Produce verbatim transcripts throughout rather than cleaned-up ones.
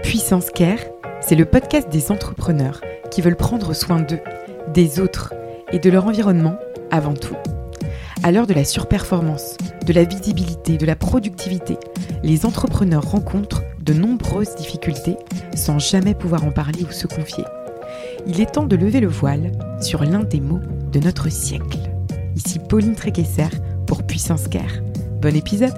Puissance Care, c'est le podcast des entrepreneurs qui veulent prendre soin d'eux, des autres et de leur environnement avant tout. À l'heure de la surperformance, de la visibilité, de la productivité, les entrepreneurs rencontrent de nombreuses difficultés sans jamais pouvoir en parler ou se confier. Il est temps de lever le voile sur l'un des mots de notre siècle. Ici Pauline Tréquesser pour Puissance Care. Bon épisode!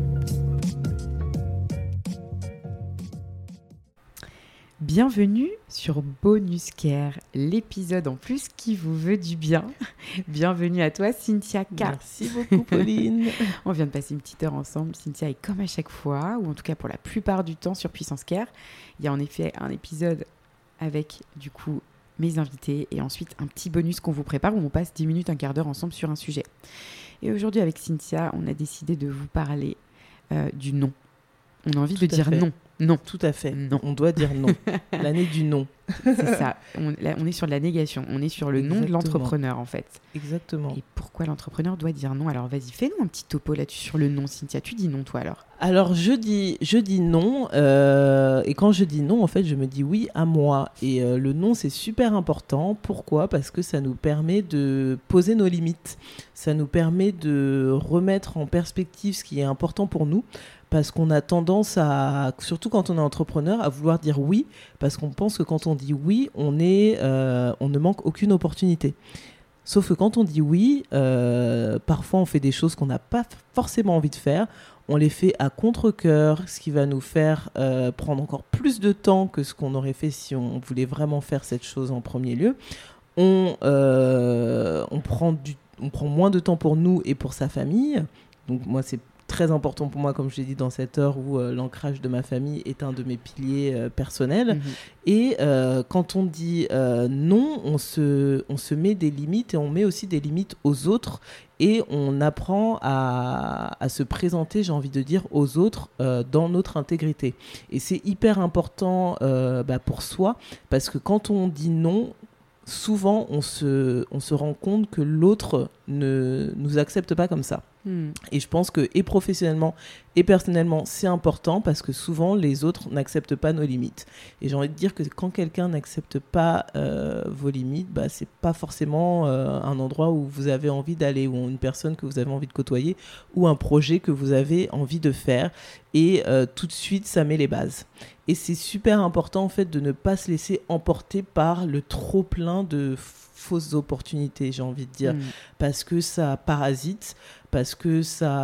Bienvenue sur Bonus Care, l'épisode en plus qui vous veut du bien. Bienvenue à toi Cynthia K. Merci beaucoup Pauline. On vient de passer une petite heure ensemble. Cynthia est comme à chaque fois, ou en tout cas pour la plupart du temps sur Puissance Care. Il y a en effet un épisode avec du coup mes invités et ensuite un petit bonus qu'on vous prépare où on passe dix minutes, un quart d'heure ensemble sur un sujet. Et aujourd'hui avec Cynthia, on a décidé de vous parler euh, du non. On a envie Tout de dire fait. non. Non. Tout à fait. Non. On doit dire non. L'année du non. C'est ça. On, là, on est sur de la négation. On est sur le Exactement. nom de l'entrepreneur, en fait. Exactement. Et pourquoi l'entrepreneur doit dire non? Alors, vas-y, fais-nous un petit topo là-dessus sur le non, Cynthia. Tu dis non, toi, alors? Alors, je dis, je dis non. Euh, et quand je dis non, en fait, je me dis oui à moi. Et euh, le non, c'est super important. Pourquoi ? Parce que ça nous permet de poser nos limites. Ça nous permet de remettre en perspective ce qui est important pour nous. Parce qu'on a tendance à, surtout quand on est entrepreneur, à vouloir dire oui, parce qu'on pense que quand on dit oui, on, est, euh, on ne manque aucune opportunité. Sauf que quand on dit oui, euh, parfois on fait des choses qu'on n'a pas forcément envie de faire, on les fait à contre-cœur, ce qui va nous faire euh, prendre encore plus de temps que ce qu'on aurait fait si on voulait vraiment faire cette chose en premier lieu. On, euh, on, prend du, on prend moins de temps pour nous et pour sa famille, donc moi c'est très important pour moi, comme je l'ai dit, dans cette heure où euh, l'ancrage de ma famille est un de mes piliers euh, personnels. Mmh. Et euh, quand on dit euh, non, on se, on se met des limites et on met aussi des limites aux autres et on apprend à, à se présenter, j'ai envie de dire, aux autres euh, dans notre intégrité. Et c'est hyper important euh, bah, pour soi, parce que quand on dit non, souvent on se, on se rend compte que l'autre ne nous accepte pas comme ça. Mmh. Et je pense que et professionnellement et personnellement, c'est important parce que souvent les autres n'acceptent pas nos limites. Et j'ai envie de dire que quand quelqu'un n'accepte pas euh, vos limites, bah, c'est pas forcément euh, un endroit où vous avez envie d'aller, ou une personne que vous avez envie de côtoyer, ou un projet que vous avez envie de faire. Et euh, tout de suite, ça met les bases. Et c'est super important en fait de ne pas se laisser emporter par le trop plein de fausses opportunités, j'ai envie de dire, mmh. parce que ça parasite, parce que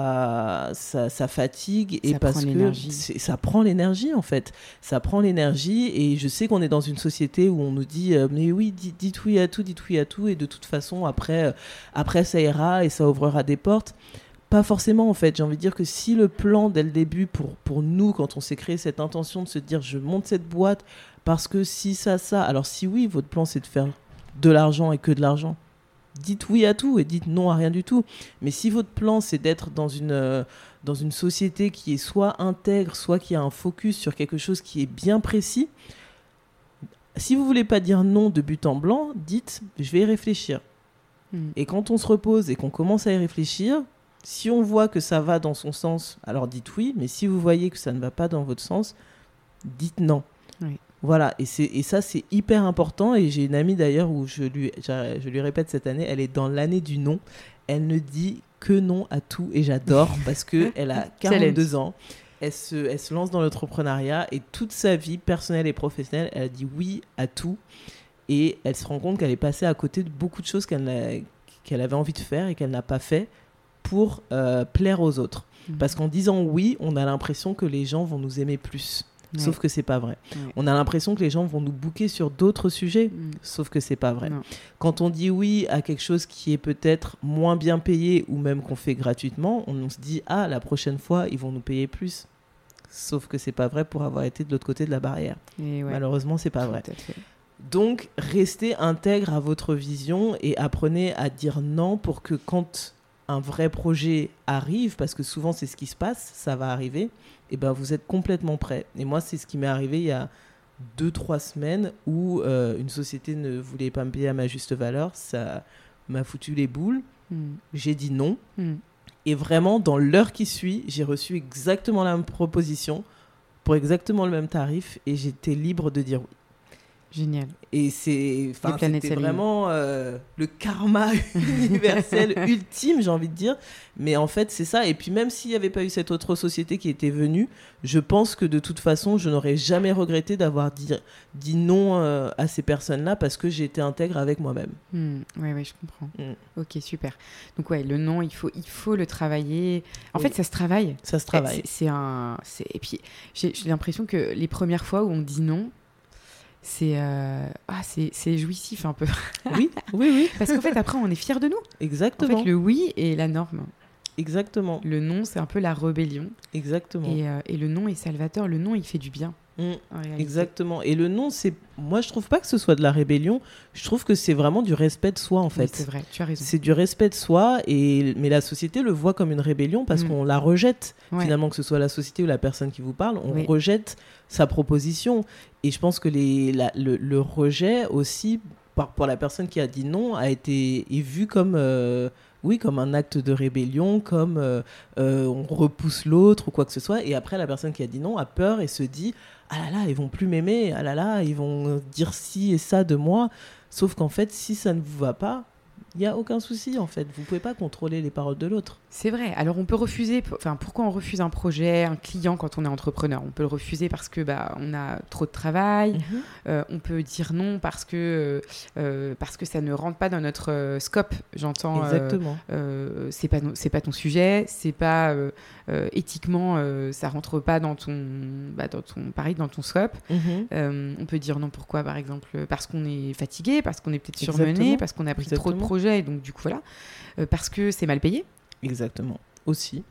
ça, ça, ça fatigue et ça parce prend que l'énergie. C'est, ça prend l'énergie en fait. Ça prend l'énergie et je sais qu'on est dans une société où on nous dit euh, mais oui, dites, dites oui à tout, dites oui à tout et de toute façon après, euh, après ça ira et ça ouvrira des portes. Pas forcément en fait, j'ai envie de dire que si le plan dès le début pour, pour nous, quand on s'est créé cette intention de se dire je monte cette boîte parce que si ça, ça, alors si oui, votre plan c'est de faire de l'argent et que de l'argent, dites oui à tout et dites non à rien du tout. Mais si votre plan c'est d'être dans une, euh, dans une société qui est soit intègre, soit qui a un focus sur quelque chose qui est bien précis, si vous voulez pas dire non de but en blanc, dites je vais y réfléchir. Mmh. Et quand on se repose et qu'on commence à y réfléchir, si on voit que ça va dans son sens, alors dites oui, mais si vous voyez que ça ne va pas dans votre sens, dites non. Oui. Voilà, et, c'est, et ça, c'est hyper important. Et j'ai une amie d'ailleurs où je lui, je lui répète cette année, elle est dans l'année du non. Elle ne dit que non à tout et j'adore parce qu'elle a quarante-deux ans. Elle se, elle se lance dans l'entrepreneuriat et toute sa vie personnelle et professionnelle, elle a dit oui à tout. Et elle se rend compte qu'elle est passée à côté de beaucoup de choses qu'elle, n'a, qu'elle avait envie de faire et qu'elle n'a pas fait pour euh, plaire aux autres. Mmh. Parce qu'en disant oui, on a l'impression que les gens vont nous aimer plus. Ouais. Sauf que c'est pas vrai. Ouais. On a l'impression que les gens vont nous booker sur d'autres sujets, mmh. sauf que c'est pas vrai. Non. Quand on dit oui à quelque chose qui est peut-être moins bien payé ou même qu'on fait gratuitement, on, on se dit ah la prochaine fois ils vont nous payer plus. Sauf que c'est pas vrai pour avoir été de l'autre côté de la barrière. Et ouais. Malheureusement c'est pas vrai. Donc restez intègre à votre vision et apprenez à dire non pour que quand un vrai projet arrive, parce que souvent c'est ce qui se passe, ça va arriver, et ben vous êtes complètement prêt. Et moi c'est ce qui m'est arrivé il y a deux trois semaines où euh, une société ne voulait pas me payer à ma juste valeur, ça m'a foutu les boules, mm. j'ai dit non, mm. et vraiment dans l'heure qui suit, j'ai reçu exactement la même proposition pour exactement le même tarif et j'étais libre de dire oui. Génial. Et c'est, c'était vraiment euh, le karma universel ultime, j'ai envie de dire. Mais en fait, c'est ça. Et puis même s'il n'y avait pas eu cette autre société qui était venue, je pense que de toute façon, je n'aurais jamais regretté d'avoir dit, dit non euh, à ces personnes-là parce que j'ai été intègre avec moi-même. Mmh, oui, oui, je comprends. Mmh. Ok, super. Donc ouais, le non, il faut, il faut le travailler. En oui. fait, ça se travaille. Ça se travaille. C'est, c'est un... C'est... Et puis, j'ai, j'ai l'impression que les premières fois où on dit non, c'est, euh... ah, c'est, c'est jouissif un peu. Oui, oui, oui. Parce qu'en fait, après, on est fiers de nous. Exactement. En fait, le oui est la norme. Exactement. Le non, c'est un peu la rébellion. Exactement. Et, euh, et le non est salvateur. Le non, il fait du bien. Mmh, exactement. Et le non, c'est, moi, je trouve pas que ce soit de la rébellion. Je trouve que c'est vraiment du respect de soi, en fait. Oui, c'est vrai, tu as raison. C'est du respect de soi, et mais la société le voit comme une rébellion parce mmh. qu'on la rejette. Ouais. Finalement, que ce soit la société ou la personne qui vous parle, on oui. rejette sa proposition. Et je pense que les, la, le, le rejet aussi, par, pour la personne qui a dit non, a été est vu comme euh, oui, comme un acte de rébellion, comme euh, euh, on repousse l'autre ou quoi que ce soit. Et après, la personne qui a dit non a peur et se dit ah là là, ils vont plus m'aimer, ah là là, ils vont dire ci et ça de moi. Sauf qu'en fait, si ça ne vous va pas, il n'y a aucun souci, en fait. Vous ne pouvez pas contrôler les paroles de l'autre. C'est vrai. Alors, on peut refuser... Enfin, pourquoi on refuse un projet, un client quand on est entrepreneur ? On peut le refuser parce que bah, on a trop de travail. Mm-hmm. Euh, on peut dire non parce que, euh, parce que ça ne rentre pas dans notre euh, scope. J'entends... Exactement. Euh, euh, c'est pas, c'est pas ton sujet. C'est pas... Euh, euh, éthiquement, euh, ça ne rentre pas dans ton... Bah, dans ton pareil, dans ton scope. Mm-hmm. Euh, on peut dire non, pourquoi ? Par exemple, parce qu'on est fatigué, parce qu'on est peut-être surmené, Exactement. Parce qu'on a pris Exactement. Trop de projets. Et donc, du coup, voilà. Euh, parce que c'est mal payé. Exactement. Aussi.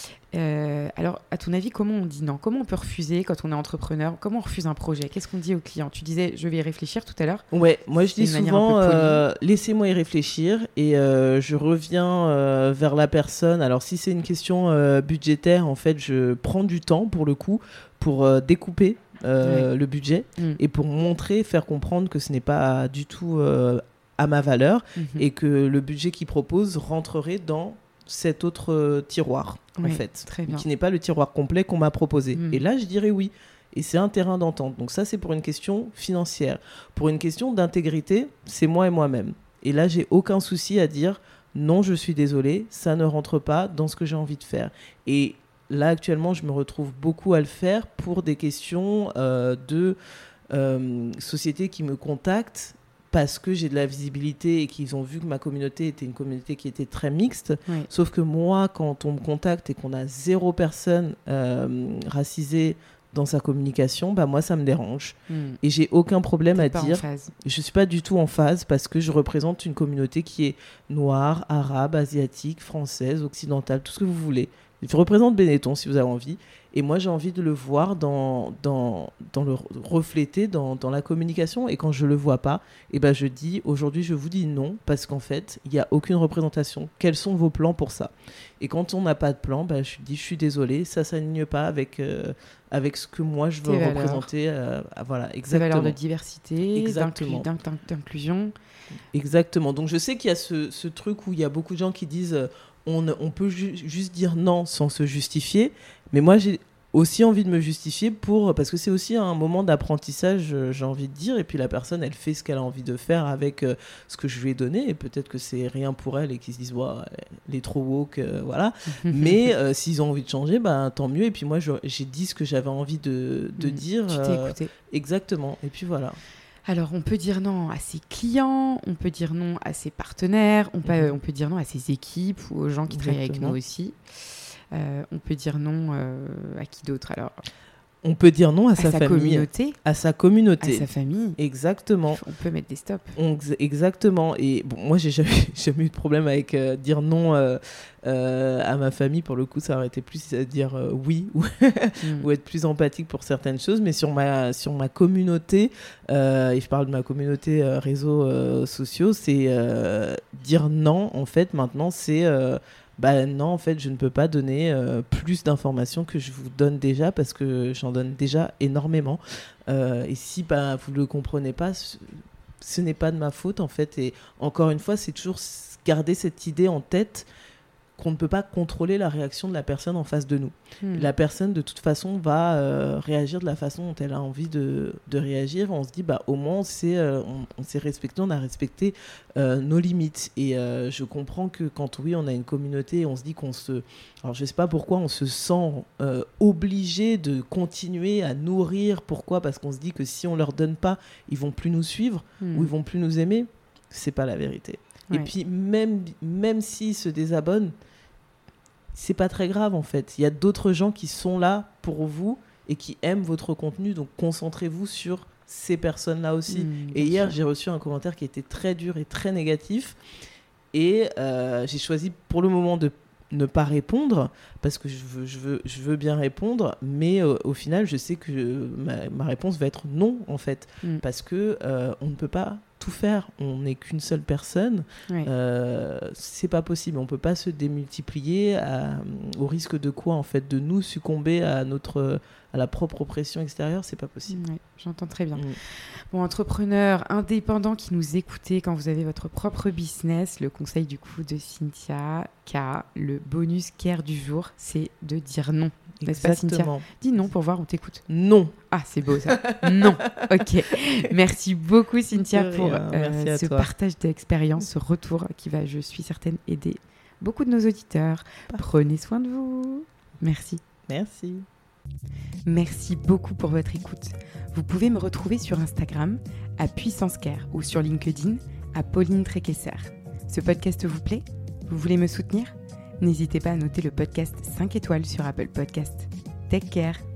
Euh, alors, à ton avis, comment on dit non ? Comment on peut refuser quand on est entrepreneur ? Comment on refuse un projet ? Qu'est-ce qu'on dit au client ? Tu disais, je vais y réfléchir tout à l'heure. Ouais, moi je dis souvent, euh, laissez-moi y réfléchir et euh, je reviens euh, vers la personne. Alors, si c'est une question euh, budgétaire, en fait, je prends du temps pour le coup pour euh, découper euh, ouais. le budget mmh. et pour montrer, faire comprendre que ce n'est pas du tout euh, à ma valeur mmh. et que le budget qu'il propose rentrerait dans cet autre euh, tiroir, oui, en fait, qui n'est pas le tiroir complet qu'on m'a proposé. Mmh. Et là, je dirais oui. Et c'est un terrain d'entente. Donc ça, c'est pour une question financière. Pour une question d'intégrité, c'est moi et moi-même. Et là, j'ai aucun souci à dire non, je suis désolée, ça ne rentre pas dans ce que j'ai envie de faire. Et là, actuellement, je me retrouve beaucoup à le faire pour des questions euh, de euh, sociétés qui me contactent parce que j'ai de la visibilité et qu'ils ont vu que ma communauté était une communauté qui était très mixte. Oui. Sauf que moi, quand on me contacte et qu'on a zéro personne euh, racisée dans sa communication, bah moi, ça me dérange. Mm. Et j'ai aucun problème T'es à dire... Je ne suis pas du tout en phase parce que je représente une communauté qui est noire, arabe, asiatique, française, occidentale, tout ce que vous voulez. Je représente Benetton, si vous avez envie. Et moi, j'ai envie de le voir, dans, dans, dans le refléter dans, dans la communication. Et quand je ne le vois pas, eh ben, je dis, aujourd'hui, je vous dis non, parce qu'en fait, il n'y a aucune représentation. Quels sont vos plans pour ça ? Et quand on n'a pas de plan, ben, je dis, je suis désolée, ça ne s'aligne pas avec, euh, avec ce que moi, je veux Tes représenter. Euh, voilà, exactement. Des valeurs de diversité, exactement. D'inclu- d'inclusion. Exactement. Donc, je sais qu'il y a ce, ce truc où il y a beaucoup de gens qui disent... Euh, On, on peut ju- juste dire non sans se justifier, mais moi j'ai aussi envie de me justifier pour, parce que c'est aussi un moment d'apprentissage, j'ai envie de dire, et puis la personne elle fait ce qu'elle a envie de faire avec euh, ce que je lui ai donné, et peut-être que c'est rien pour elle et qu'ils se disent ouais, elle est trop woke, euh, voilà, mais euh, s'ils ont envie de changer, bah, tant mieux, et puis moi je, j'ai dit ce que j'avais envie de, de mmh, dire. Tu t'es écouté. Exactement, et puis voilà. Alors, on peut dire non à ses clients, on peut dire non à ses partenaires, on peut, mmh. on peut dire non à ses équipes ou aux gens qui Exactement. Travaillent avec nous aussi. Euh, on peut dire non euh, à qui d'autre alors ? On peut dire non à, à sa, sa famille, communauté, à sa communauté, à sa famille. Exactement. On peut mettre des stops. On, exactement. Et bon, moi, j'ai jamais, jamais eu de problème avec euh, dire non euh, euh, à ma famille. Pour le coup, ça aurait été plus à dire euh, oui ou, mm. ou être plus empathique pour certaines choses. Mais sur ma, sur ma communauté, euh, et je parle de ma communauté euh, réseaux euh, sociaux, c'est euh, dire non. En fait, maintenant, c'est euh, bah non, en fait, je ne peux pas donner euh, plus d'informations que je vous donne déjà parce que j'en donne déjà énormément. Euh, et si bah, vous ne le comprenez pas, ce, ce n'est pas de ma faute, en fait. Et encore une fois, c'est toujours garder cette idée en tête qu'on ne peut pas contrôler la réaction de la personne en face de nous. Mmh. La personne, de toute façon, va euh, réagir de la façon dont elle a envie de, de réagir. On se dit, bah, au moins, on s'est, euh, on, on s'est respecté, on a respecté euh, nos limites. Et euh, je comprends que quand, oui, on a une communauté, on se dit qu'on se... Alors, je ne sais pas pourquoi on se sent euh, obligé de continuer à nourrir. Pourquoi ? Parce qu'on se dit que si on ne leur donne pas, ils ne vont plus nous suivre mmh. ou ils ne vont plus nous aimer. Ce n'est pas la vérité. Ouais. Et puis, même, même s'ils se désabonnent, c'est pas très grave en fait. Il y a d'autres gens qui sont là pour vous et qui aiment votre contenu, donc concentrez-vous sur ces personnes-là aussi. Mmh, et hier, sûr. j'ai reçu un commentaire qui était très dur et très négatif. Et euh, j'ai choisi pour le moment de ne pas répondre parce que je veux, je veux, je veux bien répondre, mais euh, au final, je sais que ma, ma réponse va être non en fait, mmh. parce que euh, on ne peut pas tout faire, on n'est qu'une seule personne, oui. euh, c'est pas possible, on peut pas se démultiplier à, au risque de quoi en fait, de nous succomber à notre à la propre oppression extérieure, c'est pas possible. Oui, j'entends très bien. Mmh. Bon, entrepreneurs indépendants qui nous écoutez quand vous avez votre propre business, le conseil du coup de Cynthia K, le bonus care du jour, c'est de dire non. N'est-ce pas, Cynthia ? Dis non pour voir où t'écoutes. Non. Ah, c'est beau ça. Non. Ok. Merci beaucoup, Cynthia, pour euh, ce toi. partage d'expérience, ce retour qui va, je suis certaine, aider beaucoup de nos auditeurs. Parfait. Prenez soin de vous. Merci. Merci. Merci beaucoup pour votre écoute. Vous pouvez me retrouver sur Instagram à Puissance Care ou sur LinkedIn à Pauline Tréquesser. Ce podcast vous plaît ? Vous voulez me soutenir ? N'hésitez pas à noter le podcast cinq étoiles sur Apple Podcast. Take care.